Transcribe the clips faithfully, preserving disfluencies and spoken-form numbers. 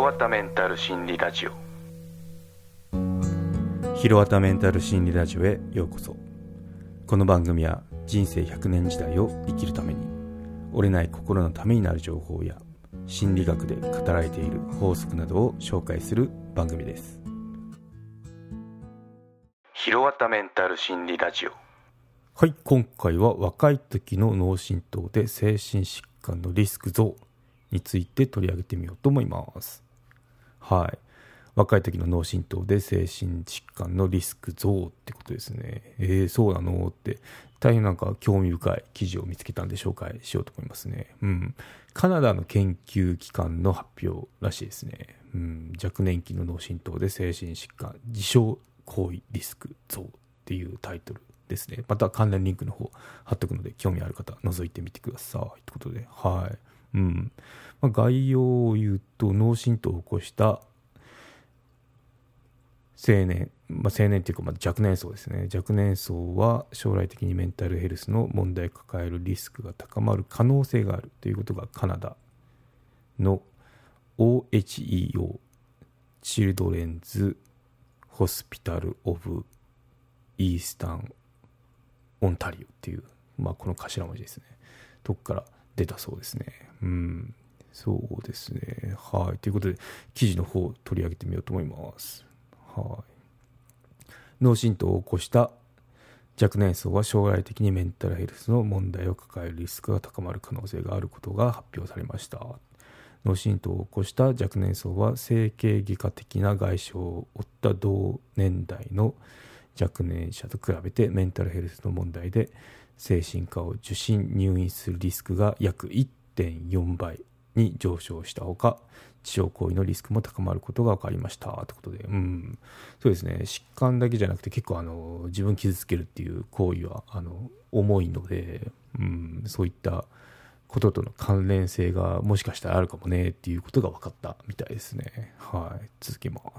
わたメンタル心理ラジオ。 ひろわたメンタル心理ラジオへようこそ。この番組は人生ひゃくねん時代を生きるために折れない心のためになる情報や心理学で語られている法則などを紹介する番組です。 ひろわたメンタル心理ラジオ。 はい、今回は若い時の脳震盪で精神疾患のリスク増について取り上げてみようと思います。はい、若い時の脳震盪で精神疾患のリスク増ってことですね。えー、そうなのって大変なんか興味深い記事を見つけたんで紹介しようと思いますね。うん、カナダの研究機関の発表らしいですね。うん、若年期の脳震盪で精神疾患自傷行為リスク増っていうタイトルですね。また関連リンクの方貼っとくので興味ある方覗いてみてくださいということで、はい、うんまあ、概要を言うと脳震盪を起こした青年、まあ、青年っていうかまあ若年層ですね。若年層は将来的にメンタルヘルスの問題を抱えるリスクが高まる可能性があるということがカナダの オーエイチイーオー チルドレンズホスピタルオブイースタンオンタリオっていう、まあ、この頭文字ですね。とこから出たそうですね。うん、そうですね。はい。ということで記事の方を取り上げてみようと思います。はい。脳震盪を起こした若年層は将来的にメンタルヘルスの問題を抱えるリスクが高まる可能性があることが発表されました。脳震盪を起こした若年層は整形外科的な外傷を負った同年代の若年者と比べてメンタルヘルスの問題で精神科を受診入院するリスクが約 いってんよんばいに上昇したほか、自傷行為のリスクも高まることが分かりましたということで、うん、そうですね。疾患だけじゃなくて結構あの自分傷つけるっていう行為はあの重いので、うん、そういったこととの関連性がもしかしたらあるかもねっていうことが分かったみたいですね。はい、続けます。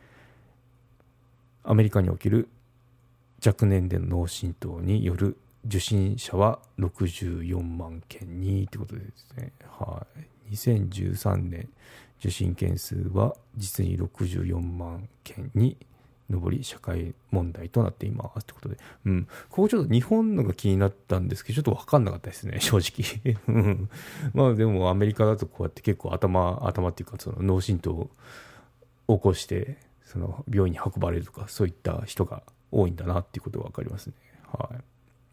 アメリカにおける若年での脳震盪による受診者はろくじゅうよんまんけんにということでですね。はい、にせんじゅうさんねん受診件数は実にろくじゅうよんまんけんに上り社会問題となっていますということで、うん、ここちょっと日本のが気になったんですけどちょっと分かんなかったですね、正直まあでもアメリカだとこうやって結構頭頭っていうかその脳震盪を起こしてその病院に運ばれるとかそういった人が多いんだなっていうことが分かりますね。はい、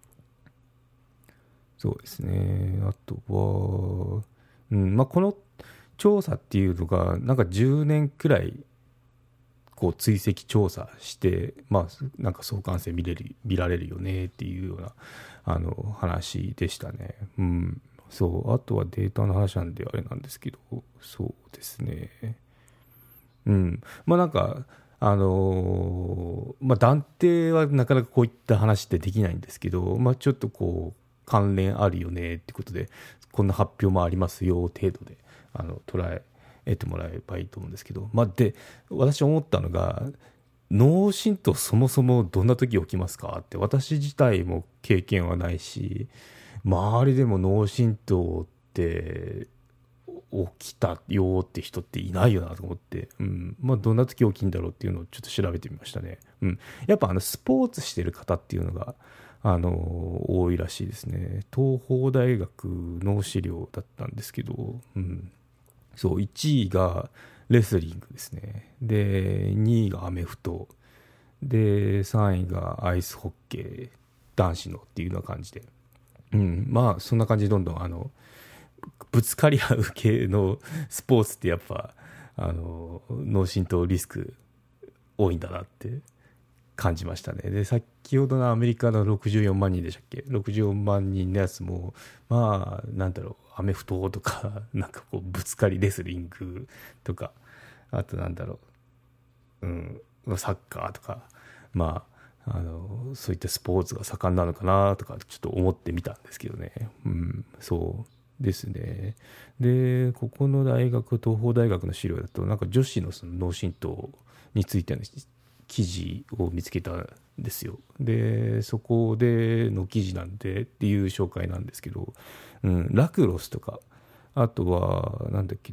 そうですね。あとは、うんまあ、この調査っていうのがなんかじゅうねんくらいこう追跡調査して、まあ、なんか相関性見れる見られるよねっていうようなあの話でしたね。うん、そうあとはデータの話なんであれなんですけど、そうですね。うん、まあなんかあのーまあ、断定はなかなかこういった話ってできないんですけど、まあ、ちょっとこう関連あるよねってことでこんな発表もありますよ程度であの捉えてもらえればいいと思うんですけど、まあ、で私思ったのが脳震盪そもそもどんな時起きますかって、私自体も経験はないし周りでも脳震盪って起きたよって人っていないよなと思って、うんまあ、どんな時起きんだろうっていうのをちょっと調べてみましたね。うん、やっぱあのスポーツしてる方っていうのがあの多いらしいですね。東邦大学の資料だったんですけど、うん、そういちいがレスリングですね。でにいがアメフトでさんいがアイスホッケー男子のっていうような感じで、うん、まあそんな感じでどんどんあのぶつかり合う系のスポーツってやっぱあの脳震盪リスク多いんだなって感じましたね。で先ほどのアメリカのろくじゅうよんまんにんでしたっけ、ろくじゅうよんまんにんのやつもまあなんだろうアメフトとかなんかこうぶつかりレスリングとかあとなんだろう、うん、サッカーとかまああのそういったスポーツが盛んなのかなとかちょっと思ってみたんですけどね。うん、そうですね。でここの大学東邦大学の資料だとなんか女子のその脳震盪についての記事を見つけたんですよ。でそこでの記事なんでっていう紹介なんですけど、うん、ラクロスとかあとはなんだっけな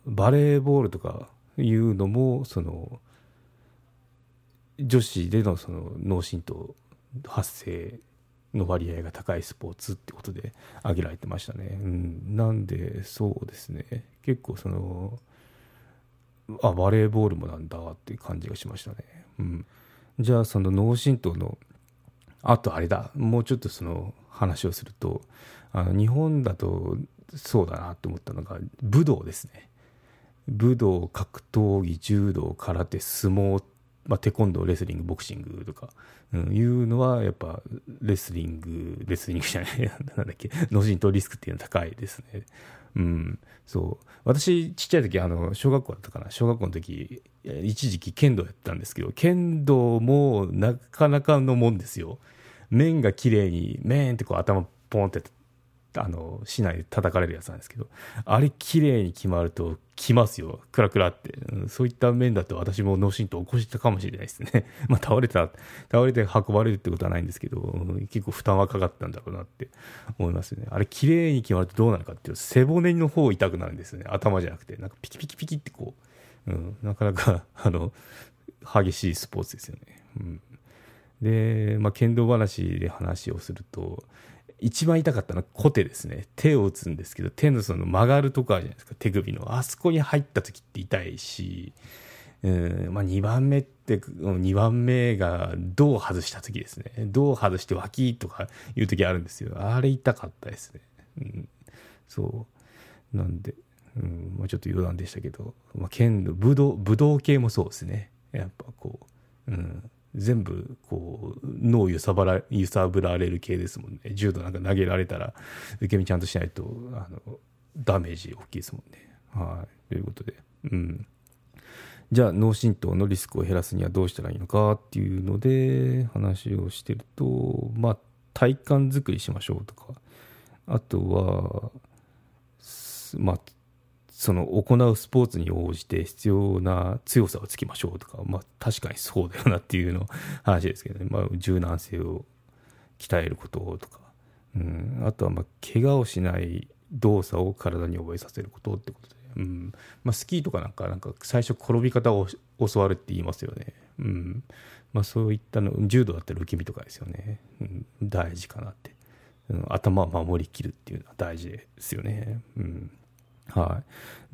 バレーボールとかいうのもその女子でのその脳震盪発生の割合が高いスポーツってことで挙げられてましたね、うん、なんでそうですね、結構そのあバレーボールもなんだっていう感じがしましたね、うん、じゃあその脳震盪のあとあれだ、もうちょっとその話をすると、あの日本だとそうだなと思ったのが武道ですね。武道、格闘技、柔道、空手、相撲、まあ、テコンドー、レスリング、ボクシングとか、うん、いうのはやっぱレスリングレスリングじゃないなんだっけ、脳震盪リスクっていうのは高いですね。うん、そう私ちっちゃい時あの小学校だったかな、小学校の時一時期剣道やったんですけど、剣道もなかなかのもんですよ。面が綺麗にメーンってこう頭ポンってあの市内で叩かれるやつなんですけど、あれ綺麗に決まるときますよ、クラクラって、うん、そういった面だと私も脳震盪起こしたかもしれないですねまあ倒れた倒れて運ばれるってことはないんですけど、うん、結構負担はかかったんだろうなって思いますね。あれ綺麗に決まるとどうなるかっていうと背骨の方痛くなるんですよね、頭じゃなくてなんかピキピキピキってこう、うん、なかなかあの激しいスポーツですよね、うん、で、まあ、剣道話で話をすると一番痛かったのは小手ですね。手を打つんですけど、手のその曲がるとこあるじゃないですか、手首のあそこに入った時って痛いし、うん、まあ、にばんめってにばんめが胴を外した時ですね。胴を外して脇とかいう時あるんですよ。あれ痛かったですね、うん、そうなんで、うん、まあ、ちょっと余談でしたけど、まあ、剣道武道武道系もそうですね、やっぱこう、うん全部こう脳を揺さぶら揺さぶられる系ですもんね。柔道なんか投げられたら受け身ちゃんとしないとあのダメージ大きいですもんね。はい、ということで、うん、じゃあ脳震盪のリスクを減らすにはどうしたらいいのかっていうので話をしてると、まあ体幹作りしましょうとか、あとはまあその行うスポーツに応じて必要な強さをつけましょうとか、まあ、確かにそうだよなっていうの話ですけどね、まあ、柔軟性を鍛えることとか、うん、あとはまあ怪我をしない動作を体に覚えさせることってことで、うんまあ、スキーとかなんかなんか最初転び方を教わるって言いますよね、うんまあ、そういったの柔道だったら受け身とかですよね、うん、大事かなって、うん、頭を守りきるっていうのは大事ですよね、うんはい、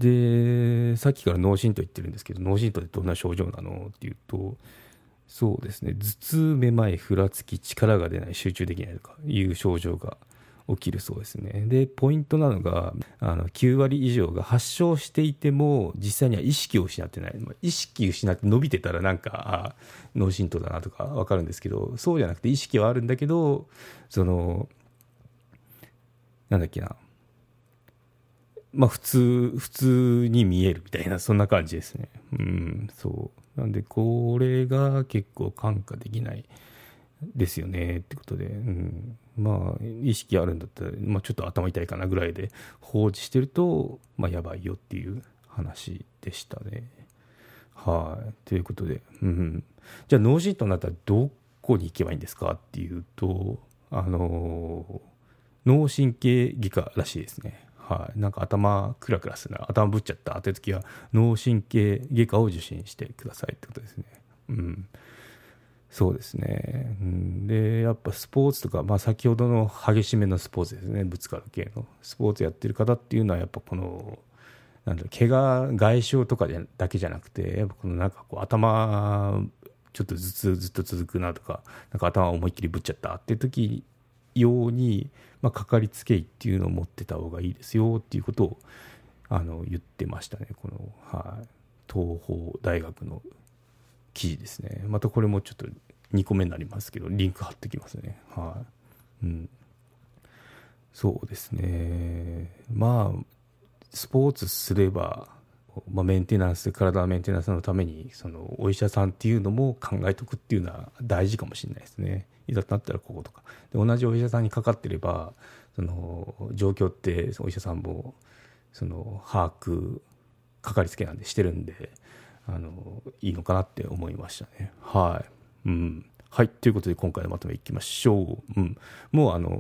でさっきから脳震盪言ってるんですけど、脳震盪ってどんな症状なのっていうと、そうですね、頭痛、めまい、ふらつき、力が出ない、集中できないとかいう症状が起きるそうですね。でポイントなのがあのきゅうわり以上が発症していても実際には意識を失ってない、まあ、意識失って伸びてたらなんかあ脳震盪だなとか分かるんですけど、そうじゃなくて意識はあるんだけど、そのなんだっけなまあ普通普通に見えるみたいな、そんな感じですね。うん、そうなんでこれが結構看過できないですよねってことで、うん、まあ意識あるんだったら、まあ、ちょっと頭痛いかなぐらいで放置してると、まあ、やばいよっていう話でしたね。はいということで、うん、じゃあ脳震盪になったらどこに行けばいいんですかっていうと、あの脳神経外科らしいですね。はい、なんか頭クラクラするな、頭ぶっちゃったって時は脳神経外科を受診してくださいってことですね。うん、そうですね、うん、でやっぱスポーツとか、まあ、先ほどの激しめのスポーツですね、ぶつかる系のスポーツやってる方っていうのはやっぱこのなんだろう、怪我外傷とかだけじゃなくて、やっぱこのなんかこう頭ちょっと頭痛ずっと続くなとか、なんか頭思いっきりぶっちゃったっていう時用に、まあ、かかりつけ医っていうのを持ってた方がいいですよっていうことをあの言ってましたね、この、はい、東邦大学の記事ですね。またこれもちょっとにこめになりますけどリンク貼ってきますね。はい、うん、そうですね、まあスポーツすれば、まあ、メンテナンス体のメンテナンスのためにそのお医者さんっていうのも考えておくっていうのは大事かもしれないですね。いざとなったらこことかで同じお医者さんにかかってればその状況ってお医者さんもその把握かかりつけなんでしてるんで、あのいいのかなって思いましたね。はい、うん、はいということで今回のまとめいきましょう。うん、もうあの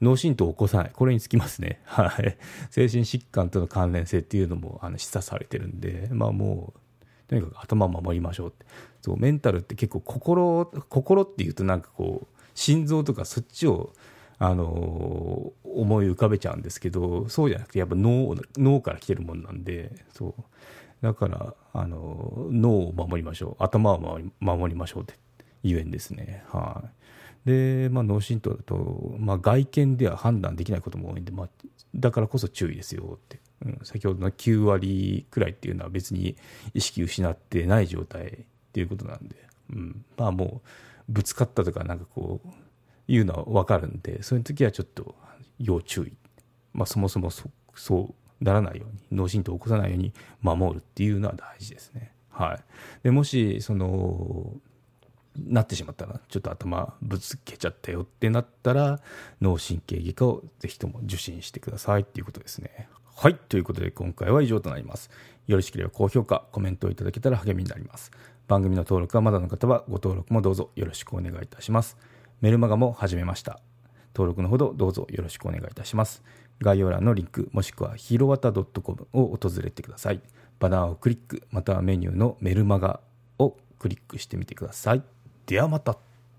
脳震盪を起こさない、これにつきますね。はい。精神疾患との関連性っていうのもあの示唆されてるんで、まあもうとにかく頭を守りましょうって。そう、メンタルって結構心心っていうとなんかこう心臓とかそっちをあのー、思い浮かべちゃうんですけど、そうじゃなくてやっぱ脳脳から来てるもんなんで、そうだからあのー、脳を守りましょう、頭を守り、守りましょうって言えんですね。はい。で、まあ、脳震盪だと、まあ、外見では判断できないことも多いんで、まあ、だからこそ注意ですよって、うん、先ほどのきゅうわりくらいっていうのは別に意識失ってない状態っていうことなんで、うん、まあもうぶつかったとかなんかこういうのは分かるんで、そういう時はちょっと要注意、まあ、そもそも そ, そうならないように、脳震盪を起こさないように守るっていうのは大事ですね。はい。でもしそのなってしまったら、ちょっと頭ぶつけちゃったよってなったら脳神経外科をぜひとも受診してくださいっていうことですね。はい。ということで今回は以上となります。よろしければ高評価コメントをいただけたら励みになります。番組の登録はまだの方はご登録もどうぞよろしくお願いいたします。メルマガも始めました。登録のほどどうぞよろしくお願いいたします。概要欄のリンクもしくはひろわた .com を訪れてください。バナーをクリック、またはメニューのメルマガをクリックしてみてください。ではまた。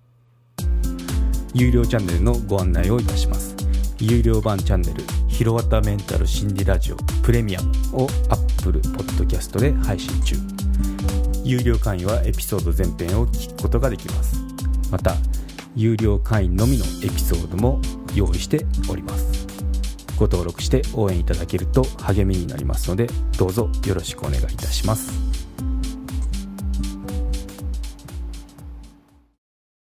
有料チャンネルのご案内をいたします。有料版チャンネルひろわたメンタル心理ラジオプレミアムを Apple Podcast で配信中。有料会員はエピソード全編を聞くことができます。また有料会員のみのエピソードも用意しております。ご登録して応援いただけると励みになりますので、どうぞよろしくお願いいたします。